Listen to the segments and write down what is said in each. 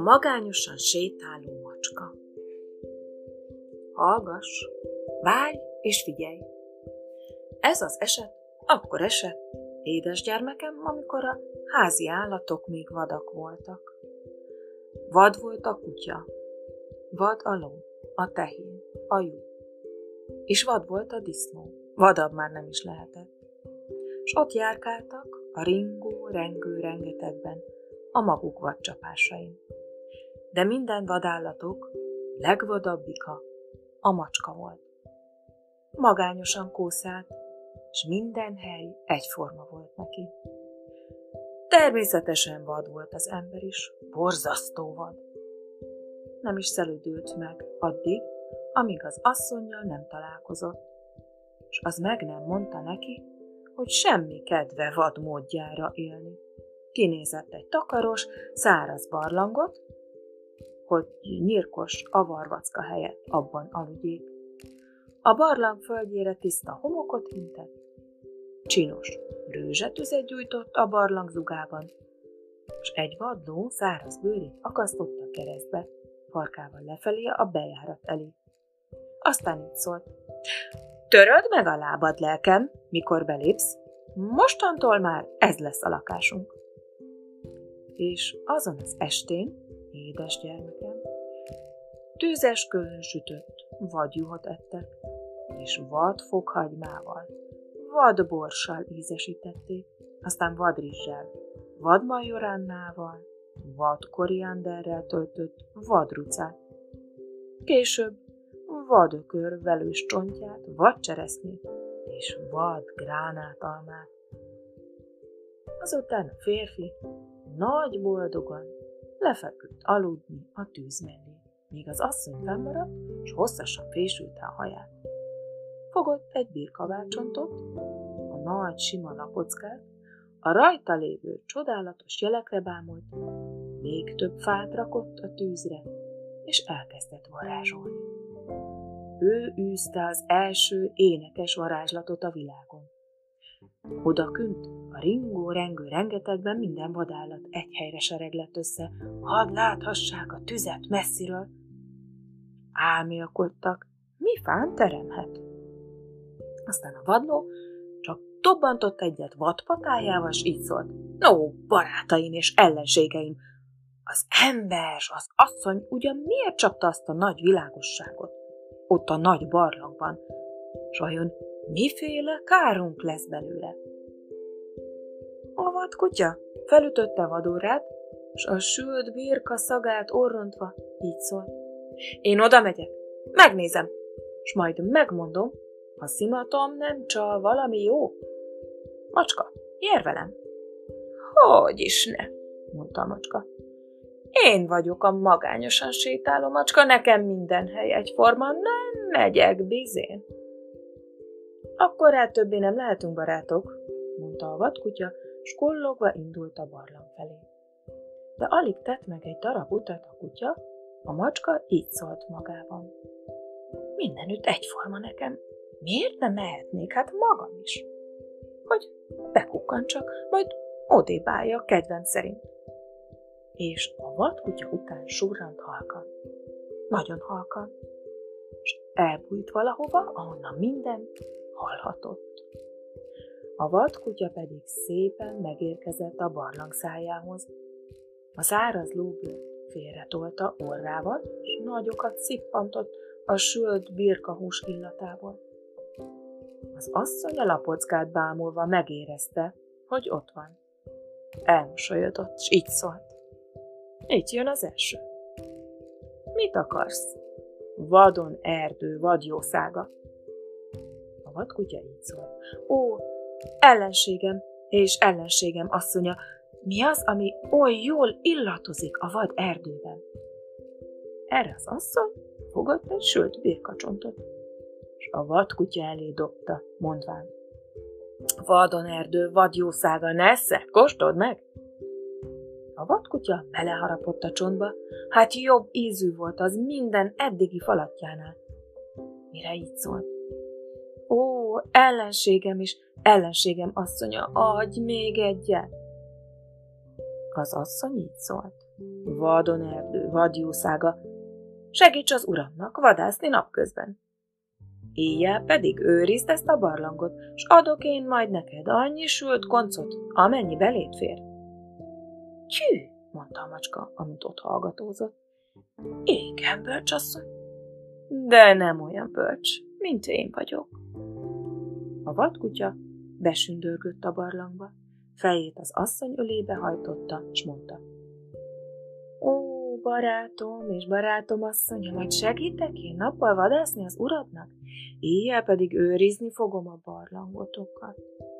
magányosan sétáló macska. Hallgass, várj és figyelj! Ez az eset akkor esett, édes gyermekem, amikor a házi állatok még vadak voltak. Vad volt a kutya, vad a ló, a tehén, a juh, és vad volt a disznó, vadabb már nem is lehetett. S ott járkáltak a ringó-rengő rengetegben a maguk vadcsapásain. De minden vadállatok legvadabbika a macska volt. Magányosan kószált, s minden hely egyforma volt neki. Természetesen vad volt az ember is, borzasztó vad. Nem is szelüdült meg addig, amíg az asszonnyal nem találkozott, s az meg nem mondta neki, hogy semmi kedve vad módjára élni. Kinézett egy takaros, száraz barlangot, hogy nyírkos avarvacka helyett abban aludjék. A barlang földjére tiszta homokot hintett, csinos rőzsetüzet gyújtott a barlang zugában, és egy vadló száraz bőrét akasztotta keresztbe, farkával lefelé a bejárat elé. Aztán így szólt: töröd meg a lábad, lelkem, mikor belépsz, mostantól már ez lesz a lakásunk. És azon az estén, édes gyermekem, tűzes kőn sütött vadjuhot ettek, és vad fokhagymával, vad borssal ízesítették, aztán vadrizssel, vad majoránnával, vad korianderrel töltött vadrucát. Később vad ökör velős csontját, vad cseresznyét és vad gránátalmát. Azután a férfi nagy boldogan lefeküdt aludni a tűz mellé, míg az asszony fennmaradt, s hosszasan fésülte a haját. Fogott egy birkabálcsontot, a nagy sima lapockát, a rajta lévő csodálatos jelekre bámult, még több fát rakott a tűzre, és elkezdett varázsolni. Ő űzte az első énekes varázslatot a világon. Odakünt a ringó-rengő rengetegben minden vadállat egy helyre sereglett össze, hadd láthassák a tüzet messziről. Álmélkodtak, mi fán teremhet. Aztán a vadló csak dobbantott egyet vadpatájával, s így szólt: no, barátaim és ellenségeim, az ember, az asszony ugyan miért csapta azt a nagy világosságot ott a nagy barlangban, s vajon miféle kárunk lesz belőle? A vadkutya felütötte vadórát, s a sült birka szagát orrontva így szólt: én oda megyek, megnézem, s majd megmondom, ha szimatom nem csal valami jó. Macska, gyere velem! Hogyis ne, mondta a macska. Én vagyok a magányosan sétáló macska, nekem minden hely egyforma, nem megyek bizén. Akkor hát többé nem lehetünk barátok, mondta a vadkutya, s kollogva indult a barlang felé. De alig tett meg egy darab utat a kutya, a macska így szólt magában: mindenütt egyforma nekem, miért nem mehetnék hát magam is? Hogy bekukkancsak, majd odébb álljak kedvem szerint. És a vadkutya után surrant halkan, nagyon halkan, és elbújt valahova, ahonnan minden hallhatott. A vadkutya pedig szépen megérkezett a barlang szájához. A száraz lóbőrt félretolta orrával, és nagyokat szippantott a sült birkahús illatából. Az asszony a lapockát bámulva megérezte, hogy ott van. Elmosolyodott, s így szólt: itt jön az első. Mit akarsz? Vadon erdő, vadjószága. A vadkutya így szólt: ó, ellenségem és ellenségem asszonya, mi az, ami oly jól illatozik a vad erdőben? Erre az asszony fogott egy sült birkacsontot, és a vadkutya elé dobta, mondván: vadon erdő, vadjószága, nesze, kóstold meg! A vadkutya beleharapott a csontba, hát jobb ízű volt az minden eddigi falatjánál. Mire így szólt: ó, ellenségem is, ellenségem asszonya, adj még egyet! Az asszony így szólt: Vadonerdő, vadjószága, segíts az uramnak vadászni napközben. Éjjel pedig őrizd ezt a barlangot, s adok én majd neked annyi sült koncot, amennyi beléd fér. Tyű, mondta a macska, amint ott hallgatózott. Igen, bölcsasszony. De nem olyan bölcs, mint én vagyok. A vadkutya besündörgött a barlangba, fejét az asszony ölébe hajtotta, s mondta. Ó, barátom és barátom asszonya, majd segítek én nappal vadászni az uradnak, éjjel pedig őrizni fogom a barlangotokat.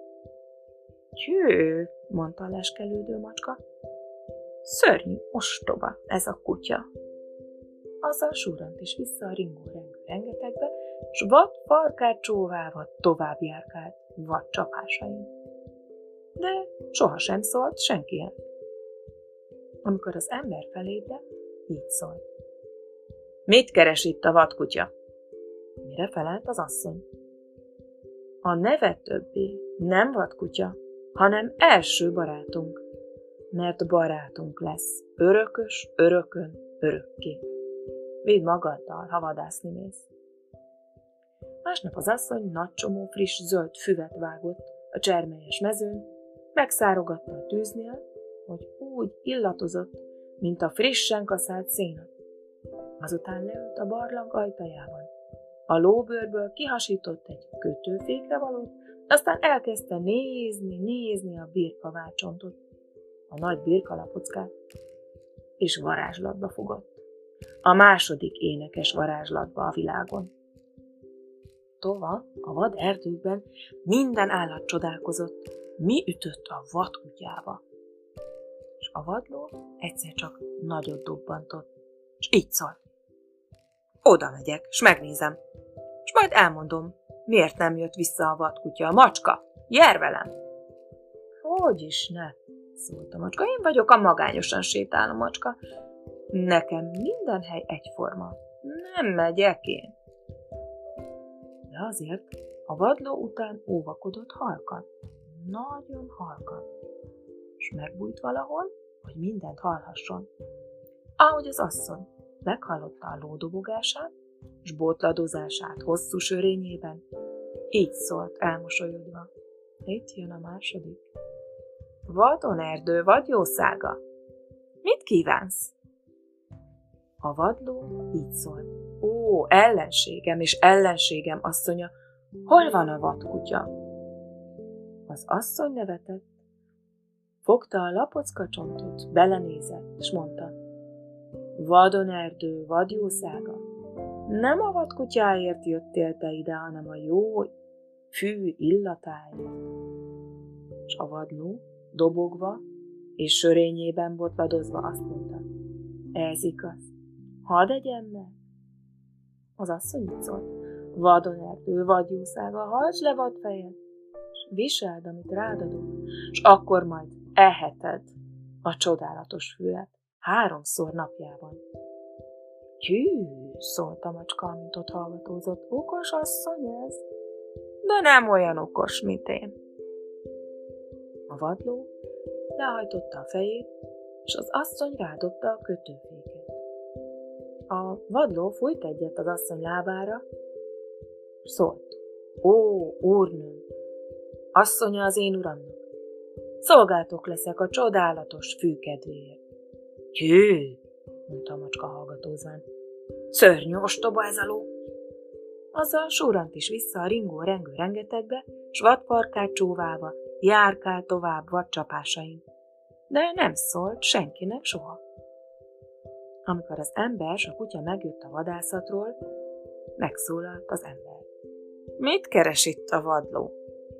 Tyű, mondta a leskelődő macska. Szörnyű, ostoba ez a kutya. Azzal surrant is vissza a ringó-rengő rengetegbe, s vad farkát csóválva tovább járkált vad csapásain. De sohasem szólt senkihez. Amikor az ember felébredt, így szólt. Mit keres itt a vadkutya? Mire felelt az asszony. A neve többé nem vadkutya, hanem első barátunk, mert barátunk lesz, örökös, örökön, örökké. Vidd magaddal, ha vadászni mész. Másnap az asszony nagy csomó friss zöld füvet vágott a csermelyes mezőn, megszárogatta a tűznél, hogy úgy illatozott, mint a frissen kaszált széna. Azután leült a barlang ajtajában. A lóbőrből kihasított egy kötőfékre valót, aztán elkezdte nézni a birkavácsontot, a nagy birkalapockát, és varázslatba fogott. A második énekes varázslatba a világon. Tova a vad erdőkben minden állat csodálkozott, mi ütött a vadkutyába. És a vadló egyszer csak nagyot dobbantott, és így szólt. Oda megyek, s megnézem, és majd elmondom, miért nem jött vissza a vadkutya. A macska, jár velem! Hogyis ne, szólt a macska, én vagyok a magányosan sétáló macska. Nekem minden hely egyforma, nem megyek én. De azért a vadló után óvakodott halkan, nagyon halkan, és megbújt valahol, hogy mindent hallhasson. Ahogy az asszony meghallotta a lódobogását, s botladozását hosszú sörényében, így szólt elmosolyodva. Itt jön a második. Vadonerdő, vadjószága, mit kívánsz? A vadló így szólt. Ó, ellenségem és ellenségem asszonya, hol van a vadkutya? Az asszony nevetett, fogta a lapockacsontot, belenézett, s mondta. Vadonerdő, vadjószága, nem a vadkutyáért jöttél te ide, hanem a jó fű illatáért. És a vadló, dobogva és sörényében botladozva azt mondta. Ez igaz, hadd egyen meg. Az asszony így szólt. Vadonerdő, vadjószága, hajtsd le vadfejed, és viseld, amit rád adok, és akkor majd eheted a csodálatos füvet 3-szor napjában. Hű, szólt a macska, amint ott hallgatózott. Okos asszony ez? De nem olyan okos, mint én. A vadló lehajtotta a fejét, és az asszony rádobta a kötőféket. A vadló fújt egyet az asszony lábára, és szólt. Ó, úrnőm, asszonya az én uramnak, szolgátok leszek a csodálatos fű kedvéért. Hű, mondta a macska hallgatózván. Szörnyű ostoba ez a ló. Azzal surrant is vissza a ringó-rengő rengetegbe, s vadfarkát csóválva járkált tovább vadcsapásain. De nem szólt senkinek soha. Amikor az ember s a kutya megjött a vadászatról, megszólalt az ember. Mit keres itt a vadló?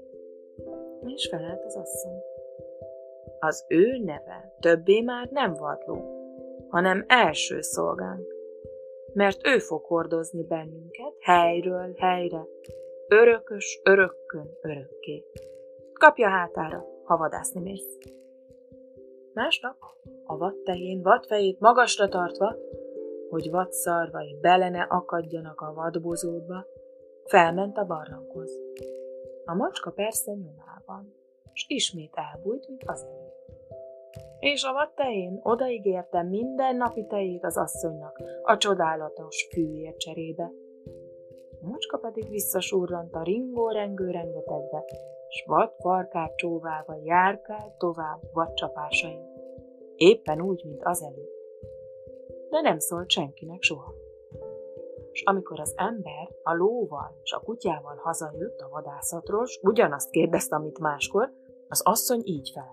És felelt az asszony. Az ő neve többé már nem vadló, hanem első szolgánk, mert ő fog hordozni bennünket helyről helyre, örökös örökkön örökké. Kapja hátára, ha vadászni mész. Másnap a vadtehén vadfejét magasra tartva, hogy vadszarvai bele ne akadjanak a vadbozótba, felment a barlanghoz. A macska persze nyomában, s ismét elbújt, mint azelőtt. És a vattehén odaígérte minden napi tejét az asszonynak a csodálatos fűért cserébe. A macska pedig visszasurrant a ringó-rengő rengetegbe, s vadfarkát csóválva járkált tovább vadcsapásain. Éppen úgy, mint azelőtt. De nem szólt senkinek soha. És amikor az ember a lóval és a kutyával hazajött a vadászatról, s ugyanazt kérdezte, amit máskor, az asszony így felelt.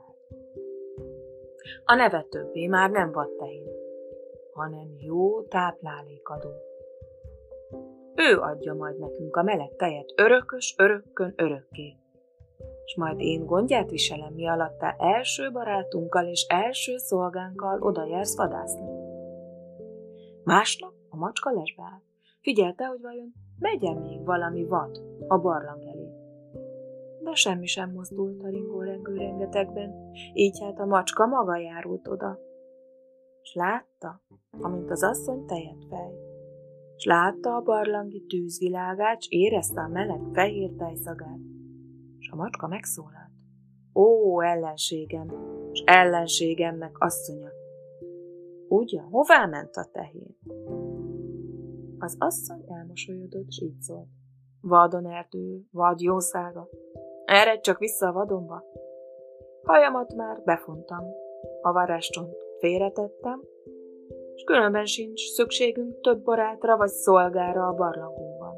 A neve többé már nem vattehén, hanem jó táplálékadó. Ő adja majd nekünk a meleg tejet örökös, örökkön, örökké. És majd én gondját viselem, mi alattá első barátunkkal és első szolgánkkal oda jársz vadászni. Másnap a macska lesbe állt. Figyelte, hogy vajon megye még valami vad a barlang elé. De semmi sem mozdult a ringó-rengő rengetegben, így hát a macska maga járult oda. S látta, amint az asszony tejet fej. S látta a barlangi tűzvilágát, s érezte a meleg fehér tejszagát. S a macska megszólalt. Ó, ellenségem, s ellenségemnek asszonya! Ugyan, hová ment a tehén? Az asszony elmosolyodott, s így szólt. Vadon erdő, vad jószága. Eredj csak vissza a vadonba. Hajamat már befontam, a varázscsont félretettem, és különben sincs szükségünk több barátra vagy szolgára a barlangunkban.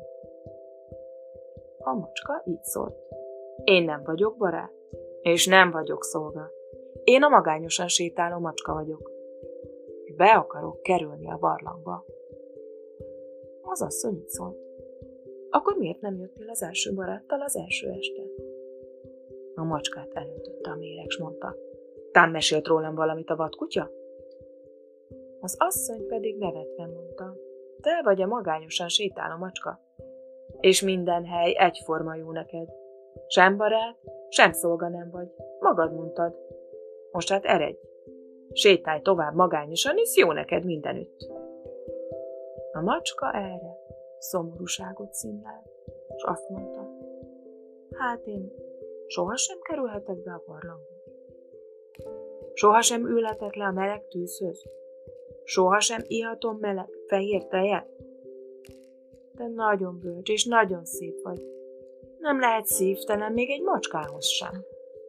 A macska így szólt. Én nem vagyok barát, és nem vagyok szolga. Én a magányosan sétáló macska vagyok. Be akarok kerülni a barlangba. Az asszony így szólt. Akkor miért nem jöttél az első baráttal az első este? A macskát elöntötte a méreg, s mondta. Tám mesélt rólam valamit a vadkutya? Az asszony pedig nevetve mondta. Te vagy a magányosan sétáló macska. És minden hely egyforma jó neked. Sem barát, sem szolga nem vagy. Magad mondtad. Most hát eredj. Sétálj tovább magányosan, hisz jó neked mindenütt. A macska erre szomorúságot színlelt, és azt mondta. Hát én sohasem kerülhetek be a barlangba. Sohasem ülhetek le a meleg tűzhöz. Sohasem ihatom meleg, fehér tejet. De nagyon bölcs és nagyon szép vagy. Nem lehet szívtelen még egy macskához sem.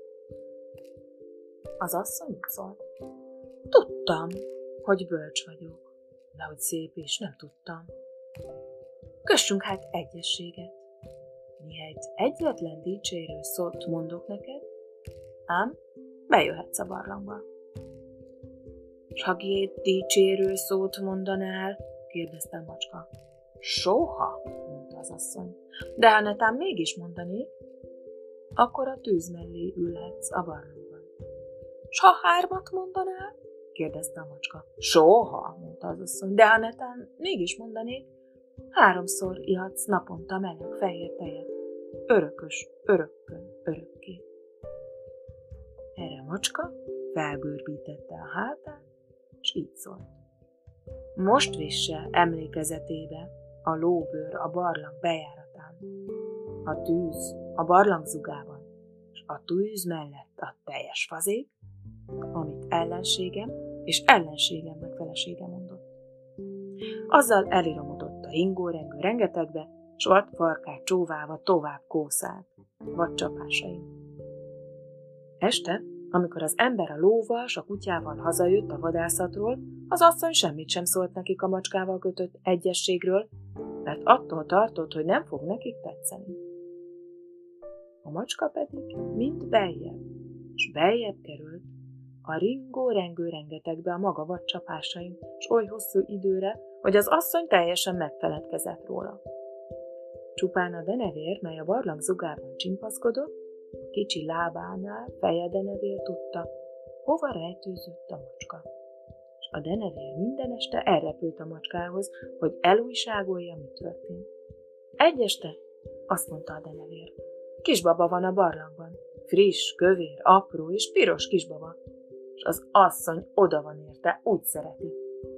Az asszony így szólt. Tudtam, hogy bölcs vagyok, de hogy szép is nem tudtam. Kössünk hát egyességet. Mihelyt egyetlen dicsérő szót mondok neked, ám bejöhetsz a barlangba. S ha két dicsérő szót mondanál, kérdezte a macska. Soha, mondta az asszony. De ha netán mégis mondanék, akkor a tűz mellé ülhetsz a barlangban. S ha hármat mondanál, kérdezte a macska. Soha, mondta az asszony. De ha netán mégis mondanék, 3-szor ihatsz naponta meleg fehér tejet. Örökös, örökkön, örökké. Erre a macska felgörbítette a hátát, s így szólt. Most visse emlékezetébe a lóbőr a barlang bejáratán, a tűz a barlang zugában, és a tűz mellett a teljes fazék, amit ellenségem és ellenségemnek felesége mondott. Azzal eliromodott a ringó-rengő rengetegbe, s vadfarkát csóválva tovább kószált, vadcsapásain. Este, amikor az ember a lóval s a kutyával hazajött a vadászatról, az asszony semmit sem szólt nekik a macskával kötött egyességről, mert attól tartott, hogy nem fog nekik tetszeni. A macska pedig mind beljebb, s beljebb került a ringó-rengő rengetegbe a maga vadcsapásain, s oly hosszú időre, hogy az asszony teljesen megfeledkezett róla. Csupán a denevér, mely a barlang zugában csimpaszkodott, a kicsi lábánál feje denevér tudta, hova rejtőzött a macska. És a denevér minden este elrepült a macskához, hogy elújságolja, mi történt. Egy este azt mondta a denevér, kisbaba van a barlangban, friss, kövér, apró és piros kisbaba, és az asszony oda van érte, úgy szereti.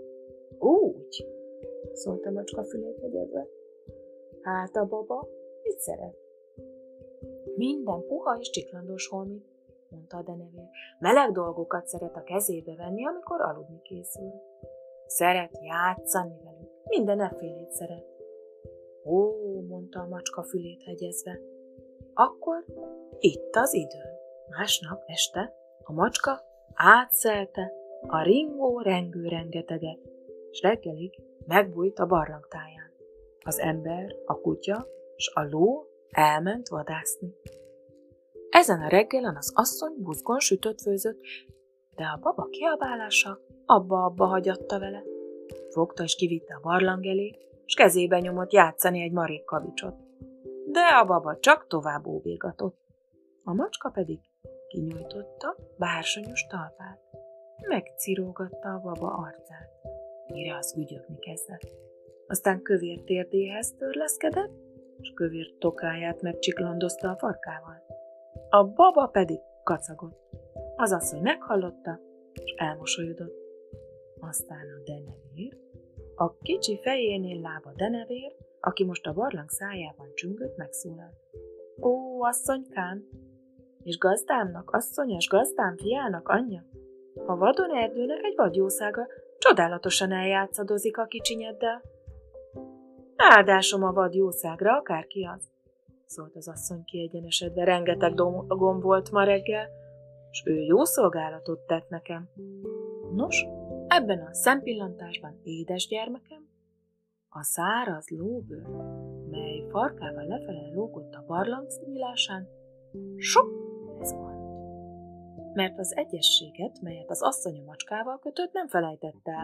Úgy, szólt a macska fülét hegyezve. Hát a baba mit szeret? Minden puha és csiklandos holmi. mondta a denevér. Meleg dolgokat szeret a kezébe venni, amikor aludni készül. Szeret játszani velük, minden effélét szeret. Ó, mondta a macska fülét hegyezve. Akkor itt az idő. Másnap este a macska átszelte a ringó-rengő rengeteget, s reggelig megbújt a barlangtáján. Az ember, a kutya s a ló elment vadászni. Ezen a reggelen az asszony buzgón sütött főzött, de a baba kiabálása abba-abba hagyatta vele. Fogta és kivitte a barlang elé, s kezébe nyomott játszani egy marék kavicsot. De a baba csak tovább óvégatott. A macska pedig kinyújtotta bársonyos talpát. Megcirógatta a baba arcát, mire az ügyögni kezdett. Aztán kövér térdéhez törleszkedett, és kövér tokáját megcsiklandozta a farkával. A baba pedig kacagott. Az asszony meghallotta, és elmosolyodott. Aztán a denevér, a kicsi fejénél láb a denevér, aki most a barlang szájában csüngött, megszólalt. Ó, asszonykám, és gazdámnak, asszonyos gazdám fiának anyja, a vadon erdőnek egy vadjószága csodálatosan eljátszadozik a kicsinyeddel. Áldásom a vadjószágra, akárki az, szólt az asszony kiegyenesedve, rengeteg gomb volt ma reggel, s ő jó szolgálatot tett nekem. Nos, ebben a szempillantásban, édes gyermekem, a száraz lóbőr, mely farkával lefele lógott a barlang nyílásán, sok lezmant. Mert az egyességet, melyet az asszony a macskával kötött, nem felejtett el.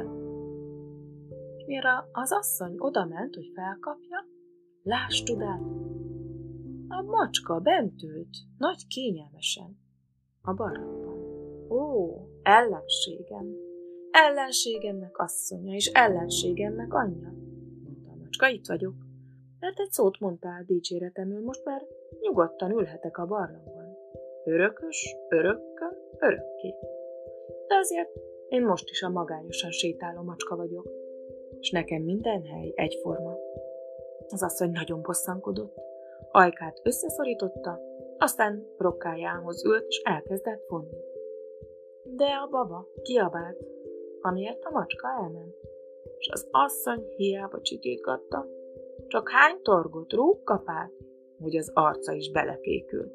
Mire az asszony odament, hogy felkapja, láss csodát, a macska bent ült, nagy kényelmesen, a barlangban. Ó, ellenségem! Ellenségemnek asszonya, és ellenségemnek anyja, mondta a macska, itt vagyok. Mert egy szót mondtál dicséretemül, most már nyugodtan ülhetek a barlangban. Örökös, örökkön, örökké. De azért én most is a magányosan sétáló macska vagyok, és nekem minden hely egyforma. Az asszony nagyon bosszankodott, ajkát összeszorította, aztán rokkájához ült, és elkezdett vonni. De a baba kiabált, amiért a macska elment, és az asszony hiába csitítgatta, csak hány torgott rúgkapált, hogy az arca is belekékült.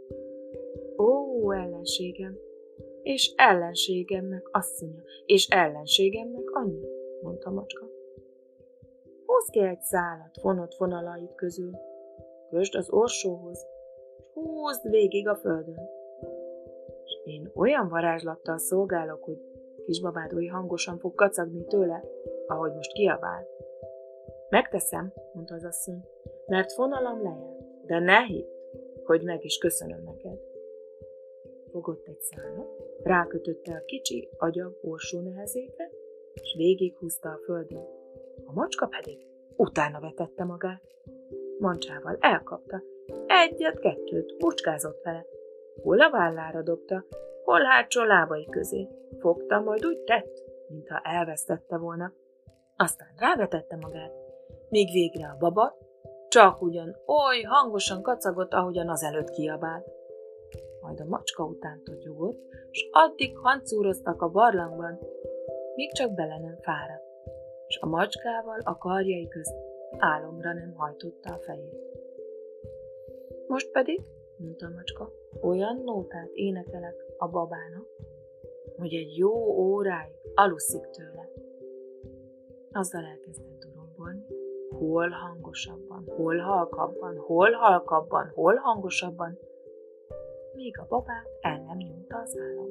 Ó, ellenségem, és ellenségemnek asszonya, és ellenségemnek anyja, mondta a macska. Hozd ki egy szálat fonott fonalait közül, kösd az orsóhoz, és húzd végig a földön. És én olyan varázslattal szolgálok, hogy kisbabád oly hangosan fog kacagni tőle, ahogy most kiabál. Megteszem, mondta az asszony, mert fonalam lejárt, de ne hidd, hogy meg is köszönöm neked. Fogott egy szálat, rákötötte a kicsi agyag orsó nehezékre, és végighúzta a földön. A macska pedig utána vetette magát. Mancsával elkapta, egyet-kettőt bucskázott vele. Hol a vállára dobta, hol hátsó lábai közé. Fogta, majd úgy tett, mintha elvesztette volna. Aztán rávetette magát, míg végre a baba csak ugyan oly hangosan kacagott, ahogyan azelőtt kiabált. Majd a macska után totyogott, s addig hancúroztak a barlangban, míg csak bele nem fáradt, s a macskával a karjai közt álomra nem hajtotta a fejét. Most pedig, mondta a macska, olyan nótát énekelek a babának, hogy egy jó óráig aluszik tőle. Azzal elkezdett durombolni, hol hangosabban, hol halkabban, hol halkabban, hol hangosabban, míg a babát el nem nyomta az álom.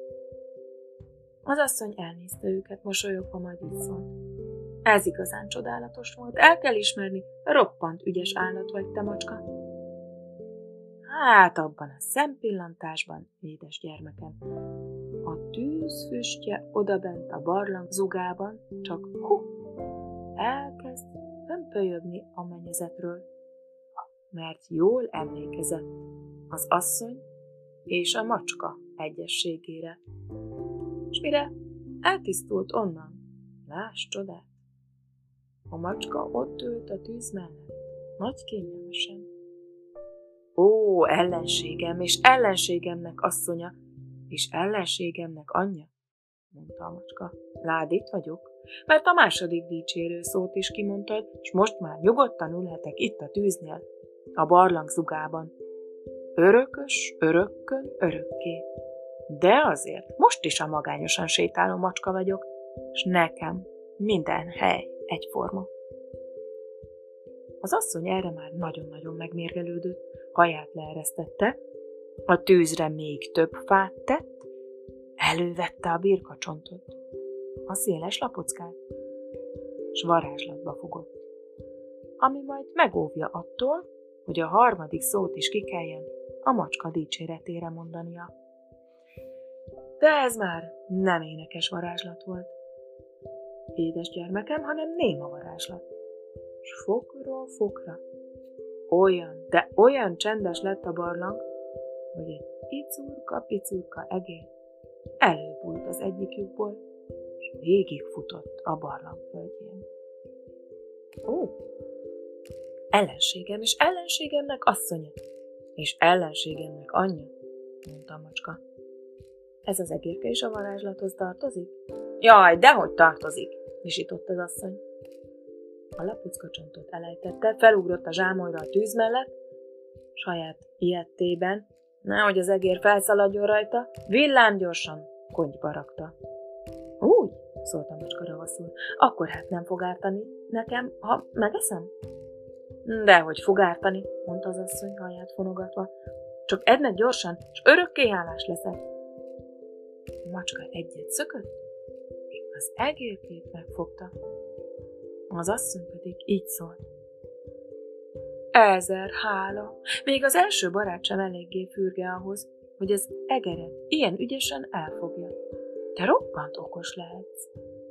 Az asszony elnézte őket mosolyogva, majd így szólt. Ez igazán csodálatos volt, el kell ismerni, roppant ügyes állat vagy, te macska. Hát abban a szempillantásban, édes gyermekem, a tűz füstje odabent a barlang zugában, csak elkezd hömpölyögni a mennyezetről, mert jól emlékezett az asszony és a macska egyességére. És mire eltisztult onnan, láss csodát, a macska ott ült a tűz mellett, nagy kényelmesen. Ó, Ó, ellenségem, és ellenségemnek asszonya, és ellenségemnek anyja, mondta a macska. Lád, itt vagyok, mert a második dicsérő szót is kimondtad, és most már nyugodtan ülhetek itt a tűznél, a barlang zugában. Örökös, örökkön, örökké. De azért most is a magányosan sétáló macska vagyok, és nekem minden hely egyforma. Az asszony erre már nagyon-nagyon megmérgelődött, haját leeresztette, a tűzre még több fát tett, elővette a birkacsontot, a széles lapockát, s varázslatba fogott, ami majd megóvja attól, hogy a harmadik szót is ki kelljen a macska dicséretére mondania. De ez már nem énekes varázslat volt, édes gyermekem, hanem néma varázslat. S fokról fokra olyan, de olyan csendes lett a barlang, hogy egy icurka-picurka egér előbújt az egyik lyukból, és végigfutott a barlang földjén. Ó, ellenségem és ellenségemnek asszonya, és ellenségemnek anyja, mondta a macska. Ez az egérke is a varázslathoz tartozik? Jaj, dehogy tartozik, visított az asszony. A lapuckacsontot elejtette, felugrott a zsámolyra a tűz mellett, saját ilyettében, nehogy az egér felszaladjon rajta, villámgyorsan konyba rakta. Úgy, szólt a macska ravaszul, akkor hát nem fog ártani nekem, ha megeszem? Dehogy fog ártani, mondta az asszony haját fonogatva, csak edd meg gyorsan, és örökké hálás leszek. A macska egyet szökött, és az egérkét megfogta. Az asszony pedig így szólt. 1000 hála! Még az első barát sem eléggé fürge ahhoz, hogy az egeret ilyen ügyesen elfogja. Te roppant okos lehetsz.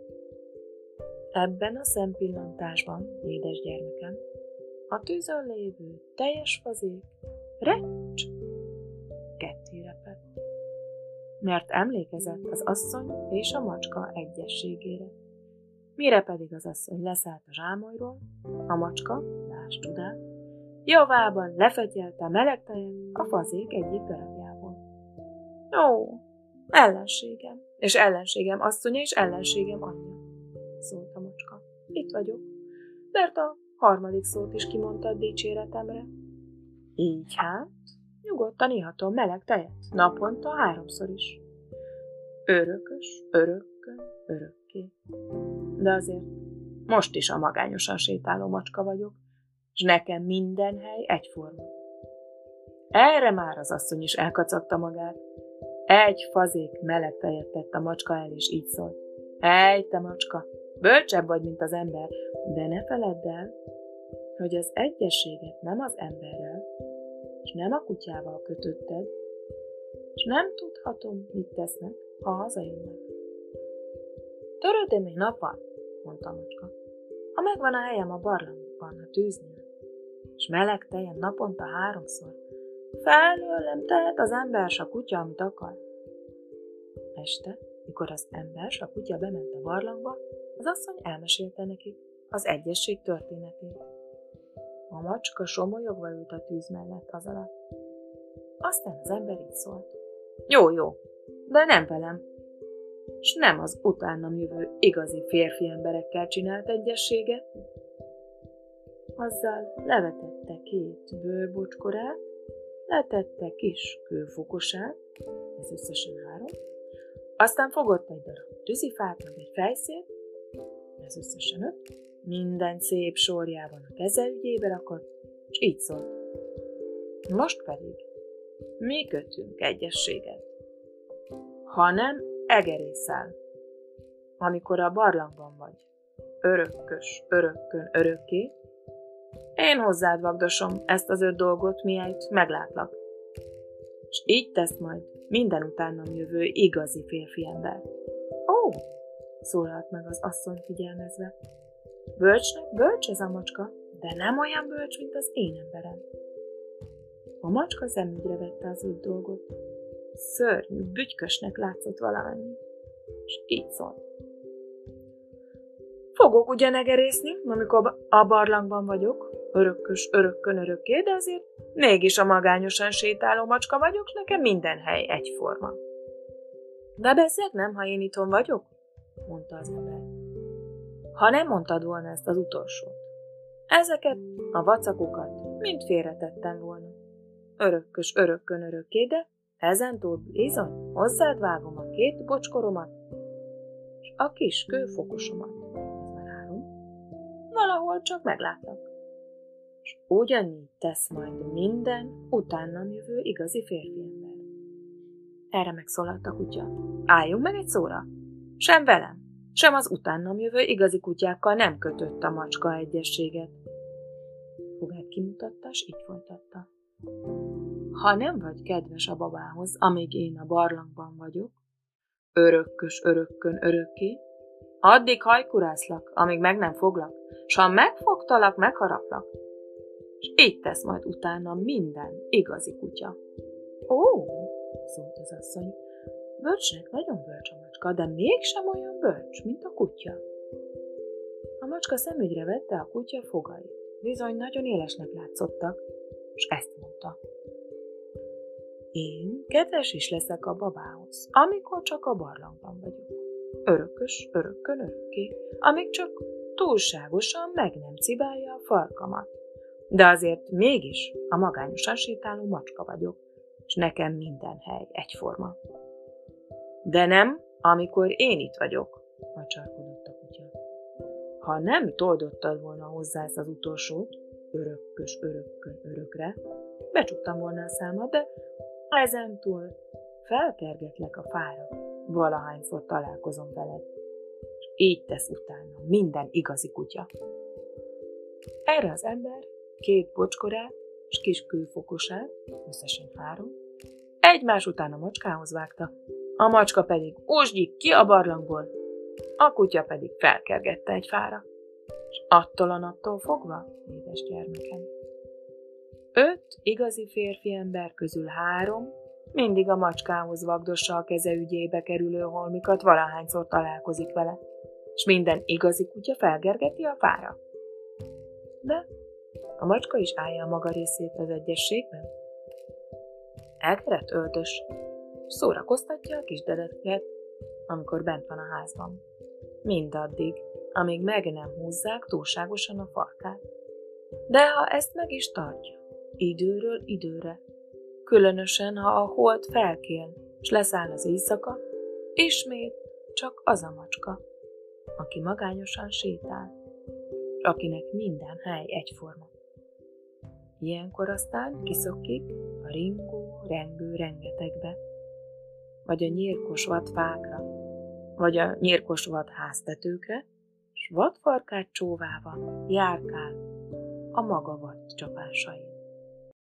Ebben a szempillantásban, édes gyermekem, a tűzön lévő teljes fazék recs ketté repett, mert emlékezett az asszony és a macska egyességére. Mire pedig az asszony leszállt a zsámolyról, a macska, lásd csodát, javában lefegyelte a meleg tejet a fazék egyik darabjából. Ó, ellenségem, és ellenségem asszonya, és ellenségem anyja, szólt a macska. Itt vagyok, mert a harmadik szót is kimondtad dicséretemre. Így hát, nyugodtan ihatom meleg tejet, naponta 3-szor is. Örökös, örökkön, örökké. De azért most is a magányosan sétáló macska vagyok, s nekem minden hely egyforma. Erre már az asszony is elkacagta magát. Egy fazék meleg tejet tett a macska el, és így szólt. Ej, te macska, bölcsebb vagy, mint az ember, de ne feledd el, hogy az egyességet nem az emberrel, és nem a kutyával kötötted, és nem tudhatom, mit tesznek, ha hazajönnek. Törődj még nappal, mondta a macska. Ha megvan a helyem a barlangban, a tűznél, és meleg tejem naponta 3-szor, felőlem tehet az ember s a kutya, amit akar. Este, mikor az ember s a kutya bement a barlangba, az asszony elmesélte nekik az egyesség történetét. A macska somolyogva ült a tűz mellett az alatt. Aztán az ember így szólt. Jó, de nem velem, s nem az utánam jövő igazi férfi emberekkel csinált egyességet. Azzal levetette 2 bőrbocskorát, letette kis kőfokosát, ez összesen 3, aztán fogott egy darab tűzifát, meg egy fejszét, ez összesen 5, minden szép sorjában a keze ügyébe rakott, és így szólt. Most pedig mi kötünk egyességet, hanem egerészel, amikor a barlangban vagy, örökkös, örökkön, örökké, én hozzád vagdosom ezt az 5 dolgot, miért meglátlak. És így tesz majd minden utánam jövő igazi férfi ember. Ó, szólalt meg az asszony figyelmezve. Bölcsnek bölcs ez a macska, de nem olyan bölcs, mint az én emberem. A macska szemügyre vette az 5 dolgot. Szörnyű, bütykösnek látszott valamennyi, és így szólt. Fogok ugyan egerészni, amikor a barlangban vagyok, Örökös, örökkön örökké, de azért mégis a magányosan sétáló macska vagyok, s nekem minden hely egyforma. De bezzeg nem, ha én itthon vagyok, mondta az ember. Ha nem mondtad volna ezt az utolsót, ezeket a vacakokat mind félretettem volna. Örökös, örökkön örökké, de ezentúl bizony hozzád vágom a 2 bocskoromat, és a kis kőfokosomat. Ez már 3. Valahol csak megláttak. És ugyanígy tesz majd minden utánam jövő igazi férfiember. Erre megszólalt a kutya. Álljunk meg egy szóra. Sem velem, sem az utánam jövő igazi kutyákkal nem kötött a macska egyességet. Fogát kimutatta, s így folytatta. Ha nem vagy kedves a babához, amíg én a barlangban vagyok, örökös, örökkön örökké, addig hajkurászlak, amíg meg nem foglak, s ha megfogtalak, megharaplak, és így tesz majd utána minden igazi kutya. Ó, szólt az asszony, bölcsnek nagyon bölcs a macska, de mégsem olyan bölcs, mint a kutya. A macska szemügyre vette a kutya fogait. Bizony nagyon élesnek látszottak, és ezt mondta. Én kedves is leszek a babához, amikor csak a barlangban vagyok. Örökös, örökkön örökké, amíg csak túlságosan meg nem cibálja a farkamat. De azért mégis a magányosan sétáló macska vagyok, és nekem minden hely egyforma. De nem, amikor én itt vagyok, macsarkodott a kutya. Ha nem toldottad volna hozzá ezt az utolsót, örökös, örökkön örökre, becsuktam volna a számat, de ezentúl felkergetlek a fára, valahányszor találkozom veled, és így tesz utána minden igazi kutya. Erre az ember 2 bocskorát és kis kőfokosát, összesen 3, egymás után a macskához vágta, a macska pedig ósgyik ki a barlangból, a kutya pedig felkergette egy fára. És attól a naptól fogva, édes gyermekem, 5 igazi férfi ember közül 3 mindig a macskához vagdossa a keze ügyébe kerülő holmikat, valahányszor találkozik vele, és minden igazi kutya felgergeti a fára. De a macska is állja a maga részét az egyességben. Elkerett öltös, szórakoztatja a kisdedeket, amikor bent van a házban. Mindaddig, amíg meg nem húzzák túlságosan a farkát. De ha ezt meg is tartja, időről időre, különösen, ha a hold felkél, s leszáll az éjszaka, ismét csak az a macska, aki magányosan sétál, s akinek minden hely egyforma. Ilyenkor aztán kiszokik a ringó, rengő rengetegbe, vagy a nyírkos vadfákra, vagy a nyírkos vad háztetőkre, s vadfarkát csóválva járkál a maga vad csapásain.